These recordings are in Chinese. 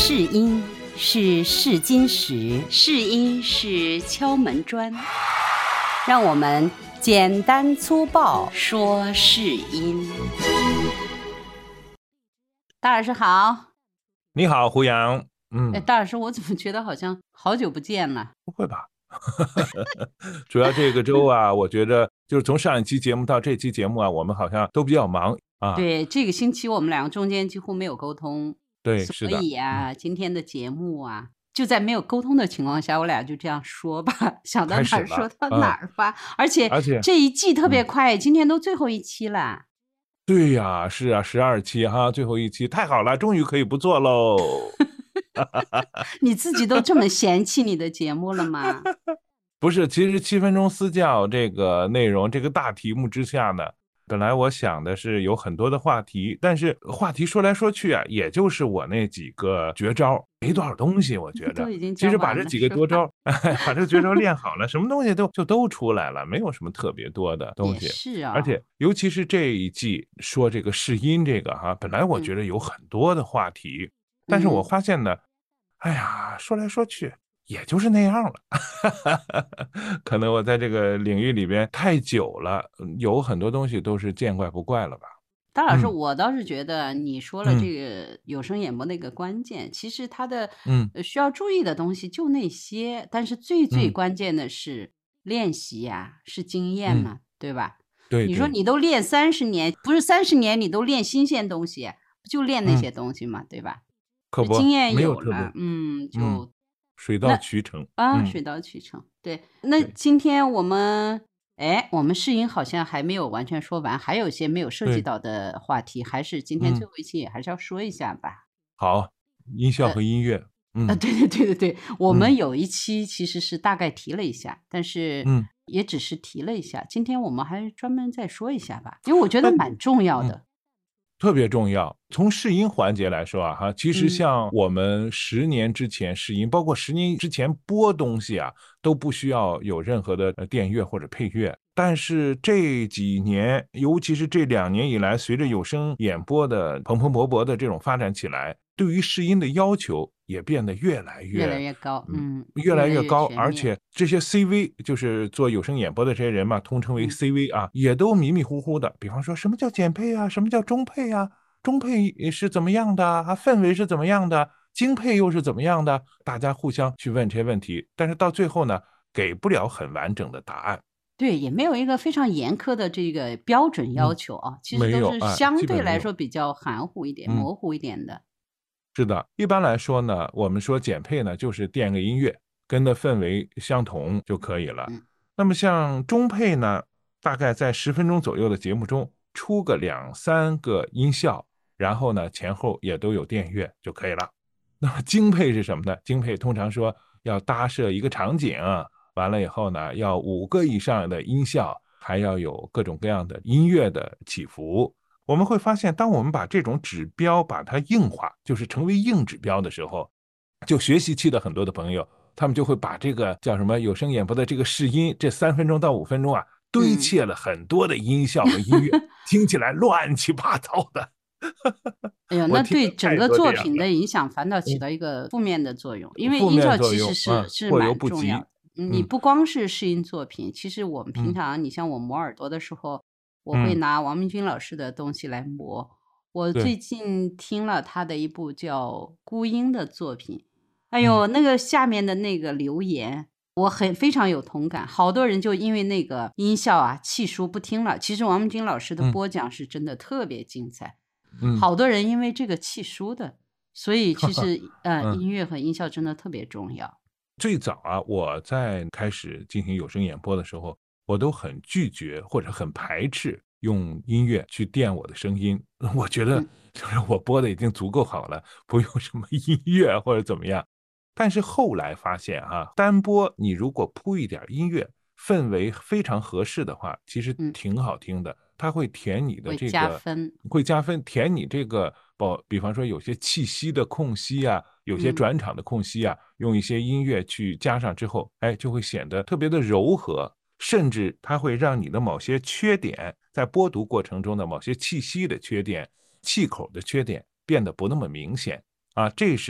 试音是试金石， 试音是敲门砖， 让我们简单粗暴说试音。 大老师好。 你好，胡杨。 大老师，我怎么觉得好像好久不见了？ 不会吧？主要这个周啊，我觉得就是从上一期节目到这期节目啊，我们好像都比较忙啊。 对，这个星期我们两个中间几乎没有沟通。 对，是的。 所以啊，今天的节目啊，就在没有沟通的情况下，我俩就这样说吧，想到哪儿说到哪儿吧。而且这一季特别快，今天都最后一期了。 对呀，是啊，12期哈，最后一期，太好了，终于可以不做喽。 你自己都这么嫌弃你的节目了吗？ 不是，其实7分钟私教这个内容，这个大题目之下呢，本来我想的是有很多的话题，但是话题说来说去啊，也就是我那几个绝招，没多少东西，我觉得。其实把这几个绝招，把这绝招练好了，什么东西都出来了，没有什么特别多的东西。 也是啊。 而且尤其是这一季说这个试音这个哈，本来我觉得有很多的话题，但是我发现呢，哎呀，说来说去也就是那样了。可能我在这个领域里边太久了，有很多东西都是见怪不怪了吧。 大老师，我倒是觉得你说了这个有声演播的一个关键，其实它的需要注意的东西就那些，但是最关键的是练习呀，是经验嘛，对吧？ 对， 你说你都练30年，不是30年你都练新鲜东西，不就练那些东西嘛，对吧？ 可不， 经验没有了， 特别就水到渠成啊，水到渠成。对，那今天我们试音好像还没有完全说完，还有一些没有涉及到的话题，还是今天最后一期还是要说一下吧。 好，音效和音乐。 对，我们有一期其实是大概提了一下，但是也只是提了一下。今天我们还专门再说一下吧，因为我觉得蛮重要的。 特别重要。从试音环节来说啊，其实像我们10年之前试音，包括10年之前播东西啊，都不需要有任何的电乐或者配乐。但是这几年，尤其是这2年以来，随着有声演播的蓬勃勃的这种发展起来，对于试音的要求也变得越来越高， 越来越高，而且这些 CV 就是做有声演播的这些人嘛，通称为 CV 啊，也都迷迷糊糊的。比方说什么叫减配啊，什么叫中配啊，中配是怎么样的啊，氛围是怎么样的，精配又是怎么样的，大家互相去问这些问题，但是到最后呢，给不了很完整的答案。 对，也没有一个非常严苛的这个标准要求啊，其实都是相对来说比较含糊一点、模糊一点的。 是的，一般来说呢，我们说减配呢，就是垫个音乐，跟的氛围相同就可以了。那么像中配呢，大概在10分钟左右的节目中出个2、3个音效，然后呢前后也都有电乐就可以了。那么精配是什么呢？精配通常说要搭设一个场景，完了以后呢，要5个以上的音效，还要有各种各样的音乐的起伏。我们会发现，当我们把这种指标把它硬化，就是成为硬指标的时候，就学习期的很多的朋友，他们就会把这个叫什么有声演播的这个试音，这3分钟到5分钟啊，堆砌了很多的音效和音乐，听起来乱七八糟的。 哎呀，那对整个作品的影响反倒起到一个负面的作用，因为音效其实是蛮重要的。你不光是试音作品，其实我们平常，你像我磨耳朵的时候，我会拿王明军老师的东西来磨。我最近听了他的一部叫《孤鹰》的作品，哎呦，那个下面的那个留言，我非常有同感。好多人就因为那个音效啊弃书不听了。其实王明军老师的播讲是真的特别精彩，好多人因为这个弃书的。所以其实音乐和音效真的特别重要。 最早啊，我在开始进行有声演播的时候，我都很拒绝或者很排斥用音乐去垫我的声音。我觉得就是我播的已经足够好了，不用什么音乐或者怎么样。但是后来发现单播你如果铺一点音乐，氛围非常合适的话，其实挺好听的。它会填你的这个会加分，填你这个比方说有些气息的空隙啊，有些转场的空隙啊，用一些音乐去加上之后，就会显得特别的柔和，甚至它会让你的某些缺点，在播读过程中的某些气息的缺点、气口的缺点变得不那么明显啊。这是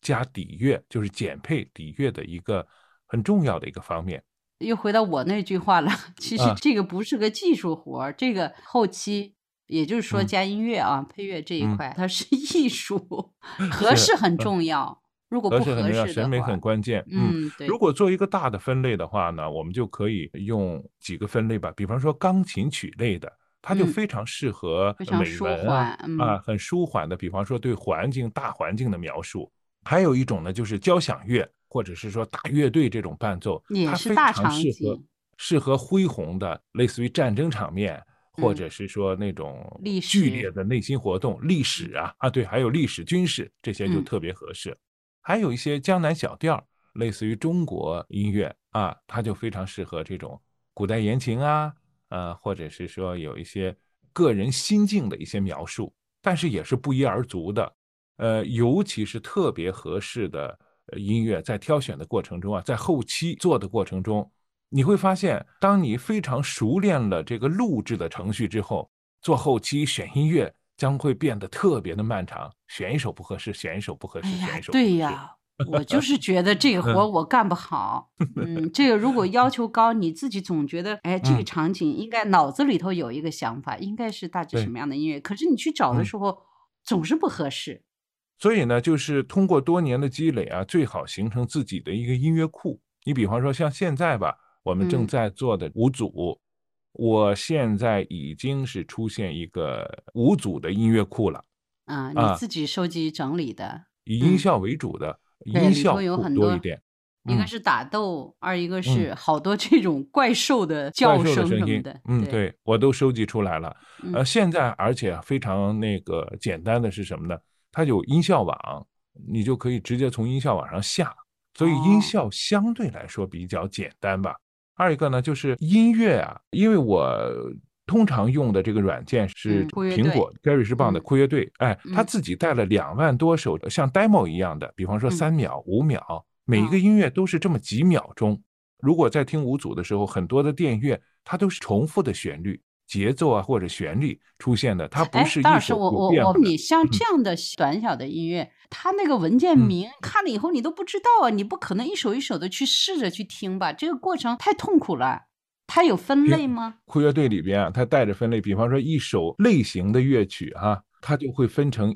加底乐，就是减配底乐的一个很重要的一个方面。 又回到我那句话了，其实这个不是个技术活，这个后期也就是说加音乐啊，配乐这一块它是艺术，合适很重要。如果不合适的话， 审美很关键。 对。 如果做一个大的分类的话呢，我们就可以用几个分类吧。比方说钢琴曲类的，它就非常适合美文很舒缓的，比方说对大环境的描述。还有一种呢，就是交响乐，或者是说大乐队这种伴奏，它非常适合恢宏的，类似于战争场面，或者是说那种剧烈的内心活动、历史对，还有历史、军事这些就特别合适。还有一些江南小调，类似于中国音乐它就非常适合这种古代言情或者是说有一些个人心境的一些描述，但是也是不一而足的。尤其是特别合适的音乐，在挑选的过程中在后期做的过程中，你会发现，当你非常熟练了这个录制的程序之后，做后期选音乐将会变得特别的漫长，选一首不合适，选一首不合适，选一首不合适。 对呀，我就是觉得这个活我干不好。这个如果要求高，你自己总觉得，这个场景应该脑子里头有一个想法，应该是大致什么样的音乐，可是你去找的时候总是不合适。 所以呢，就是通过多年的积累最好形成自己的一个音乐库。你比方说像现在吧，我们正在做的五组，我现在已经是出现一个5组的音乐库了。 你自己收集整理的， 以音效为主的，音效库多一点。 一个是打斗，二一个是好多这种怪兽的叫声什么的。 对，我都收集出来了。现在而且非常简单的是什么呢？它有音效网，你就可以直接从音效网上下，所以音效相对来说比较简单吧。二一个呢，就是音乐因为我通常用的这个软件是苹果 Gary 士棒的酷乐队，他自己带了2万多首像 demo 一样的，比方说3秒、5秒，每一个音乐都是这么几秒钟。如果在听5组的时候，很多的电乐它都是重复的旋律。节奏或者旋律出现的，它不是一首有变化的。 你像这样的短小的音乐，它那个文件名看了以后你都不知道你不可能一首一首的去试着去听吧，这个过程太痛苦了。它有分类吗？ 酷乐队里边它带着分类，比方说一首类型的乐曲它就会分成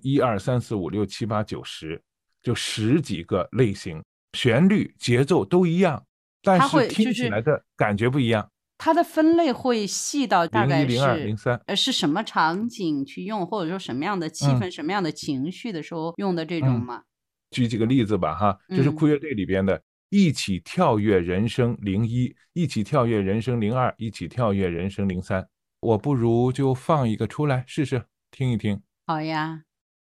1、2、3、4、5、6、7、8、9、10，就10几个类型，旋律节奏都一样，但是听起来的感觉不一样。 它的分类会细到大概是 01、02、03， 是什么场景去用，或者说什么样的气氛、什么样的情绪的时候用的这种吗？ 举几个例子吧这是酷乐队里边的一起跳跃人生01，一起跳跃人生02，一起跳跃人生03。我不如就放一个出来试试听一听。 好呀。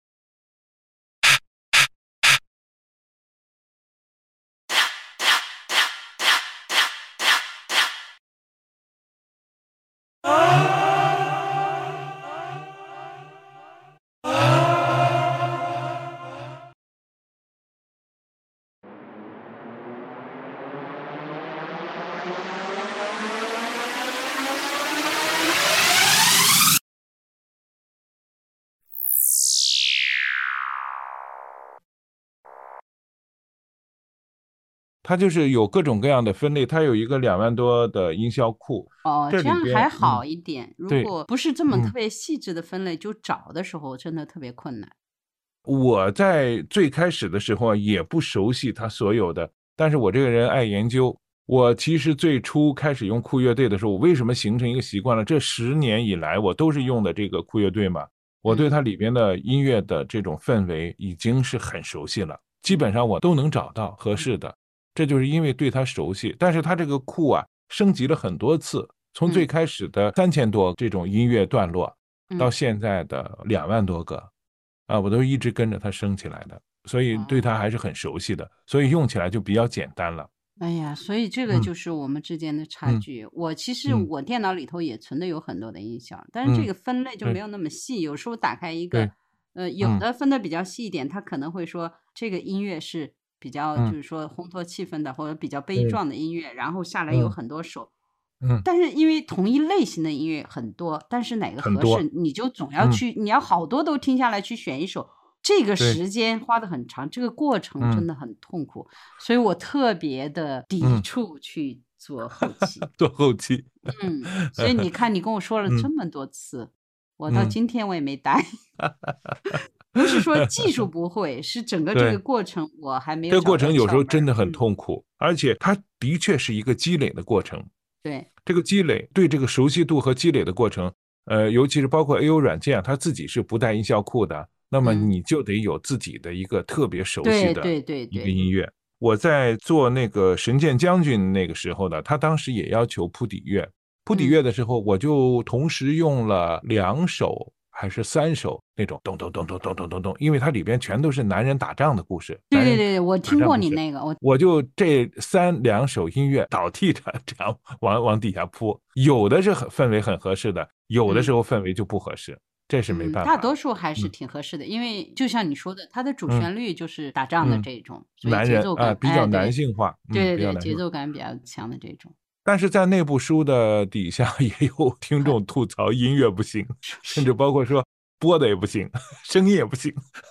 它就是有各种各样的分类，它有一个2万多的音效库。 这样还好一点。如果不是这么特别细致的分类，就找的时候真的特别困难。 我在最开始的时候也不熟悉它所有的，但是我这个人爱研究。我其实最初开始用酷乐队的时候，我为什么形成一个习惯了？这10年以来我都是用的这个酷乐队嘛，我对它里边的音乐的这种氛围已经是很熟悉了，基本上我都能找到合适的。这就是因为对它熟悉，但是它这个库升级了很多次，从最开始的3000多这种音乐段落，到现在的2万多个，我都一直跟着它升起来的，所以对它还是很熟悉的，所以用起来就比较简单了。 哎呀，所以这个就是我们之间的差距。其实我电脑里头也存的有很多的音效，但是这个分类就没有那么细。有时候打开一个，有的分的比较细一点，它可能会说这个音乐是比较就是说烘托气氛的，或者比较悲壮的音乐，然后下来有很多首。但是因为同一类型的音乐很多，但是哪个合适，你就总要去，你要好多都听下来去选一首， 这个时间花得很长，这个过程真的很痛苦，所以我特别的抵触去做后期。 做后期。 所以你看，你跟我说了这么多次，我到今天我也没答应。不是说技术不会，是整个这个过程我还没有。 这个过程有时候真的很痛苦，而且它的确是一个积累的过程。 对， 这个积累对这个熟悉度和积累的过程，尤其是包括 AO 软件，它自己是不带音效库的，那么你就得有自己的一个特别熟悉的一个音乐。我在做那个神剑将军那个时候呢，他当时也要求铺底乐，铺底乐的时候，我就同时用了2首还是3首那种咚咚咚咚咚咚咚咚，因为它里边全都是男人打仗的故事。 对，我听过你那个， 我就这2首音乐倒替着这样往底下铺，有的是氛围很合适的，有的时候氛围就不合适，这是没办法。 大多数还是挺合适的，因为就像你说的，它的主旋律就是打仗的这种，所以节奏感比较男性化， 对，节奏感比较强的这种。 但是在内部书的底下也有听众吐槽音乐不行，甚至包括说播的也不行，声音也不行。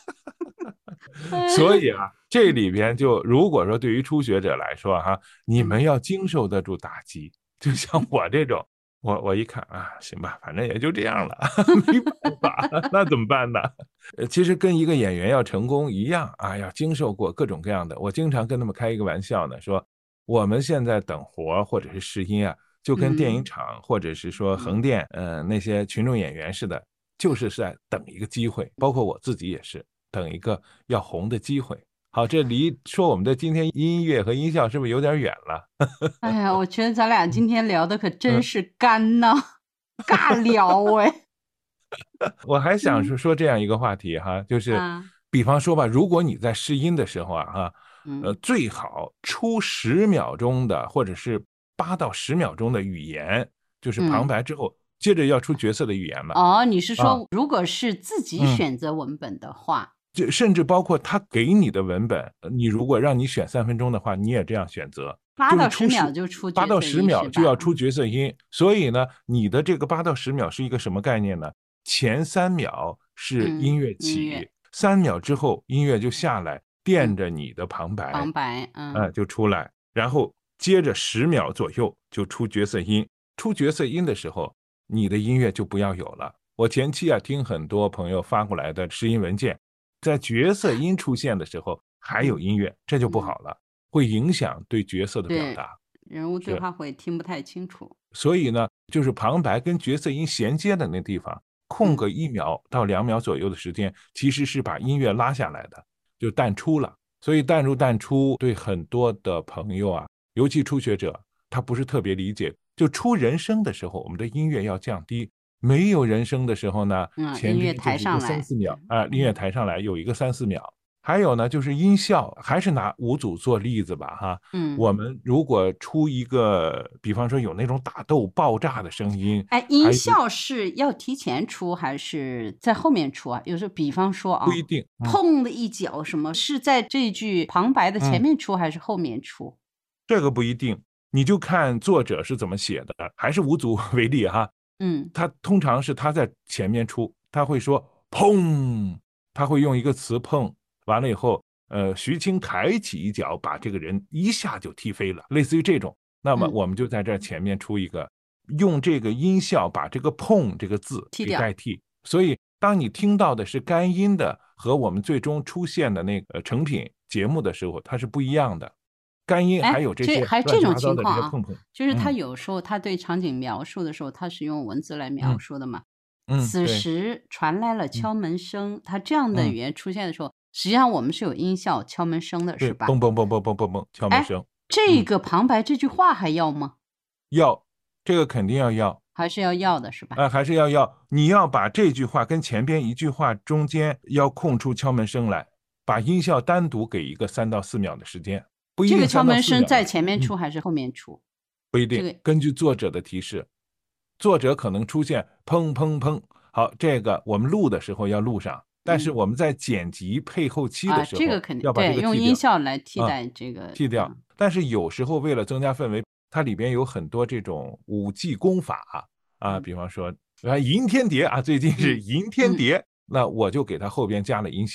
所以这里边就如果说对于初学者来说你们要经受得住打击，就像我这种，我一看行吧，反正也就这样了，没办法，那怎么办呢？其实跟一个演员要成功一样要经受过各种各样的。我经常跟他们开一个玩笑呢，说我们现在等活或者是试音就跟电影厂或者是说横店那些群众演员似的，就是在等一个机会，包括我自己也是等一个要红的机会。好，这离说我们的今天音乐和音效是不是有点远了？ 哎呀，我觉得咱俩今天聊的可真是干呐，尬聊哎。 我还想说这样一个话题就是比方说吧，如果你在试音的时候最好出10秒钟的或者是8到10秒钟的语言，就是旁白之后接着要出角色的语言了。 你是说如果是自己选择文本的话， 就甚至包括他给你的文本，你如果让你选3分钟的话，你也这样选择 ，8到10秒就出角色音，8 到10秒就要出角色音。所以呢，你的这个8到10秒是一个什么概念呢？前3秒是音乐起，3秒之后音乐就下来，垫着你的旁白，就出来，然后接着10秒左右就出角色音。出角色音的时候，你的音乐就不要有了。我前期听很多朋友发过来的试音文件，在角色音出现的时候还有音乐，这就不好了，会影响对角色的表达， 人物对话会听不太清楚。 所以呢，就是旁白跟角色音衔接的那地方，空个1秒到2秒左右的时间，其实是把音乐拉下来的，就淡出了。所以淡入淡出对很多的朋友尤其初学者，他不是特别理解。就出人声的时候，我们的音乐要降低；没有人声的时候呢，前面就是一个3、4秒音乐抬上来有一个3、4秒。还有呢，就是音效，还是拿五组做例子吧我们如果出一个，比方说有那种打斗爆炸的声音， 音效是要提前出还是在后面出有时候比方说不一定， 砰的一脚什么，是在这句旁白的前面出还是后面出？ 这个不一定，你就看作者是怎么写的。还是五组为例他通常是他在前面出，他会说砰，他会用一个词砰，完了以后徐青抬起一脚把这个人一下就踢飞了，类似于这种。那么我们就在这前面出一个，用这个音效把这个砰这个字给代替。所以当你听到的是干音的和我们最终出现的那个成品节目的时候，它是不一样的。干音还有这些还这种情况碰碰， 就是他有时候他对场景描述的时候，他是用文字来描述的嘛。此时传来了敲门声，他这样的语言出现的时候，实际上我们是有音效敲门声的，是吧？ 蹦蹦蹦蹦蹦蹦蹦，敲门声。 这个旁白这句话还要吗？ 要，这个肯定要， 还是要的是吧？ 还是要，你要把这句话跟前边一句话中间要空出敲门声来，把音效单独给一个3到4秒的时间。不一定这个敲门声在前面出还是后面出？ 不一定，根据作者的提示，作者可能出现砰砰砰。好，这个我们录的时候要录上，但是我们在剪辑配后期的时候， 这个肯定要把这个用音效来替代这个剃掉。但是有时候为了增加氛围，它里边有很多这种武技功法比方说银天蝶最近是银天蝶，那我就给它后边加了音效。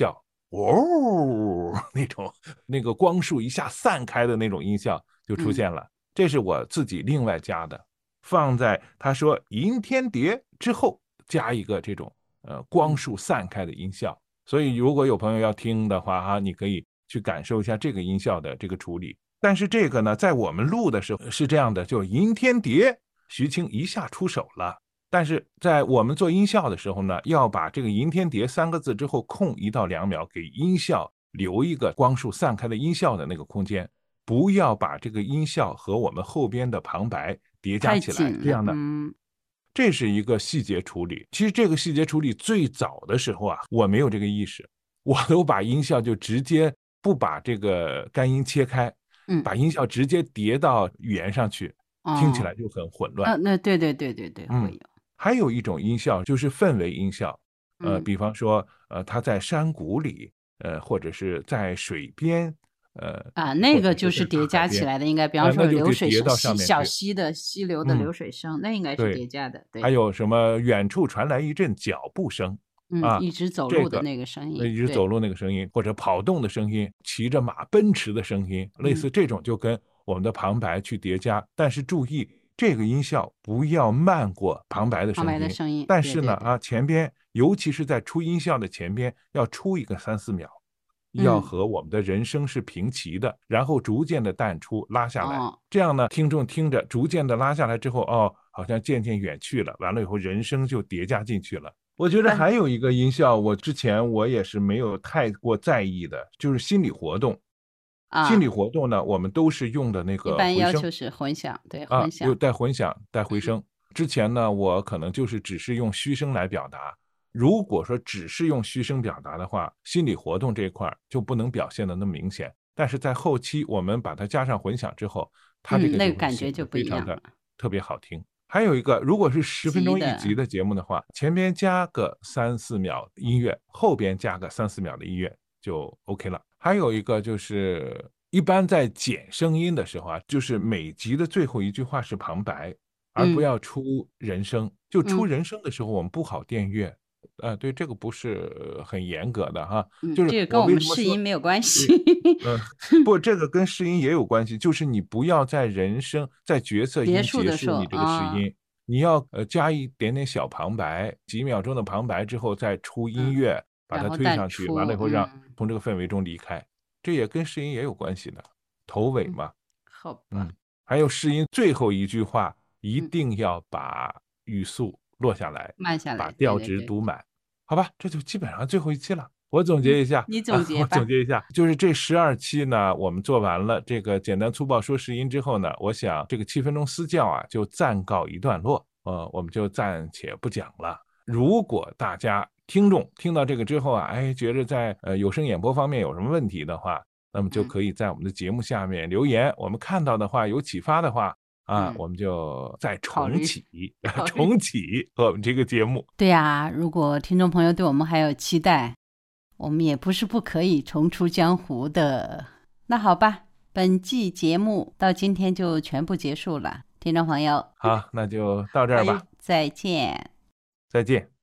那个光束一下散开的那种音效就出现了。这是我自己另外加的，放在他说银天蝶之后加一个这种光束散开的音效。所以如果有朋友要听的话哈，你可以去感受一下这个音效的这个处理。但是这个呢，在我们录的时候是这样的，就银天蝶，徐青一下出手了。但是在我们做音效的时候呢，要把这个银天蝶3个字之后空1到2秒，给音效留一个光束散开的音效的那个空间，不要把这个音效和我们后边的旁白叠加起来，这样的。这是一个细节处理。其实这个细节处理最早的时候啊，我没有这个意识，我都把音效就直接不把这个干音切开，把音效直接叠到语言上去，听起来就很混乱。 那对，会有。 还有一种音效就是氛围音效，比方说它在山谷里，或者是在水边， 那个就是叠加起来的，应该比方说流水声，小溪的溪流的流水声，那应该是叠加的。对， 还有什么远处传来一阵脚步声， 一直走路的那个声音， 一直走路那个声音，或者跑动的声音，骑着马奔驰的声音，类似这种就跟我们的旁白去叠加。但是注意，这个音效不要慢过旁白的声音。但是呢，前边尤其是在出音效的前边要出一个3、4秒，要和我们的人声是平齐的，然后逐渐的淡出拉下来。这样呢，听众听着逐渐的拉下来之后，好像渐渐远去了，完了以后人声就叠加进去了。我觉得还有一个音效，之前我也是没有太过在意的，就是心理活动。心理活动呢，我们都是用的那个一般要求是混响，对，混响， 有带混响带回声。之前呢，我可能就是只是用虚声来表达。如果说只是用虚声表达的话，心理活动这一块就不能表现的那么明显。但是在后期我们把它加上混响之后，它这个那个感觉就不一样了， 特别好听。还有一个，如果是10分钟一集的节目的话，前边加个3、4秒音乐，后边加个3、4秒的音乐就 OK 了。还有一个就是一般在剪声音的时候啊，就是每集的最后一句话是旁白，而不要出人声。就出人声的时候我们不好垫乐。对，这个不是很严格的哈，就是这个跟我们试音没有关系。 不，这个跟试音也有关系，就是你不要在人声在角色音结束你这个试音，你要加一点点小旁白，几秒钟的旁白之后再出音乐，把它推上去，完了以后让从这个氛围中离开，这也跟试音也有关系的，头尾嘛。 好吧。 还有试音最后一句话一定要把语速落下来， 慢下来， 把调值读满。好吧，这就基本上最后一期了。我总结一下， 你总结吧。 我总结一下，就是这12期呢，我们做完了这个简单粗暴说试音之后呢，我想这个7分钟私教啊，就暂告一段落。我们就暂且不讲了。如果大家听众听到这个之后啊，觉得在有声演播方面有什么问题的话，那么就可以在我们的节目下面留言。我们看到的话有启发的话。我们就再重启我们这个节目。 对呀，如果听众朋友对我们还有期待，我们也不是不可以重出江湖的。那好吧，本季节目到今天就全部结束了，听众朋友。 好，那就到这儿吧。 再见。 再见。